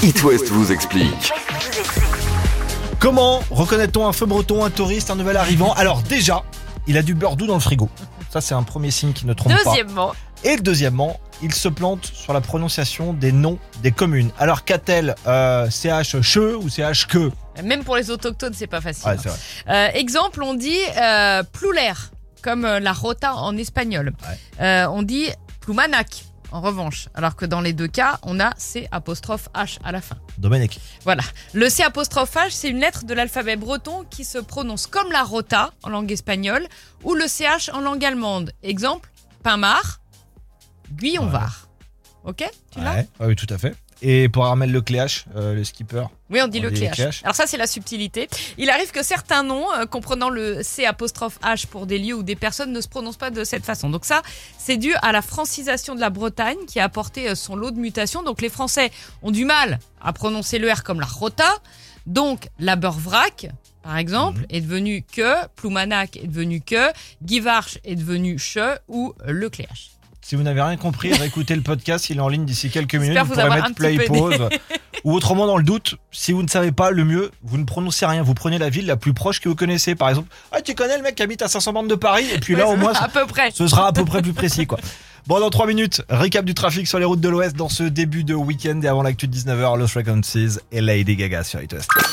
It West vous explique. Comment reconnaît-on un feu breton, un touriste, un nouvel arrivant? Alors déjà, il a du beurre doux dans le frigo. Ça, c'est un premier signe qui ne trompe pas. Deuxièmement, Et deuxièmement, il se plante sur la prononciation des noms des communes. Alors qu'a-t-elle CH che ou CH que? même pour les autochtones, c'est pas facile. Ouais, c'est vrai. Exemple, on dit plouler, comme la rota en espagnol. Ouais. On dit plumanac, en revanche. Alors que dans les deux cas, on a C''H à la fin. Dominique. Voilà. Le C''H, c'est une lettre de l'alphabet breton qui se prononce comme la rota en langue espagnole ou le CH en langue allemande. Exemple, Pinmar, Guyonvar. Ok, tu l'as? Ouais. Ah oui, tout à fait. Et pour Armel Lecléache, le skipper. Oui, on dit le Lecléache. cléache. Alors ça, c'est la subtilité. Il arrive que certains noms, comprenant le C''H pour des lieux ou des personnes, ne se prononcent pas de cette façon. Donc ça, c'est dû à la francisation de la Bretagne qui a apporté son lot de mutations. Donc les Français ont du mal à prononcer le R comme la rota. Donc la beurre-vrac, par exemple, est devenu que, Ploumanac est devenu que, Guivarch est devenu che ou le cléache. Si vous n'avez rien compris, réécoutez le podcast, il est en ligne d'ici quelques minutes. J'espère Vous vous pourrez avoir mettre un play, petit peu pause. Ou autrement, dans le doute, si vous ne savez pas, le mieux, vous ne prononcez rien. Vous prenez la ville la plus proche que vous connaissez. Par exemple, tu connais le mec qui habite à 500 bornes de Paris? Et puis là, au moins, à peu près. ce sera à peu près plus précis, quoi. Bon, dans 3 minutes, récap du trafic sur les routes de l'Ouest dans ce début de week-end et avant l'actu de 19h, Lost Frequencies et Lady Gaga sur It West.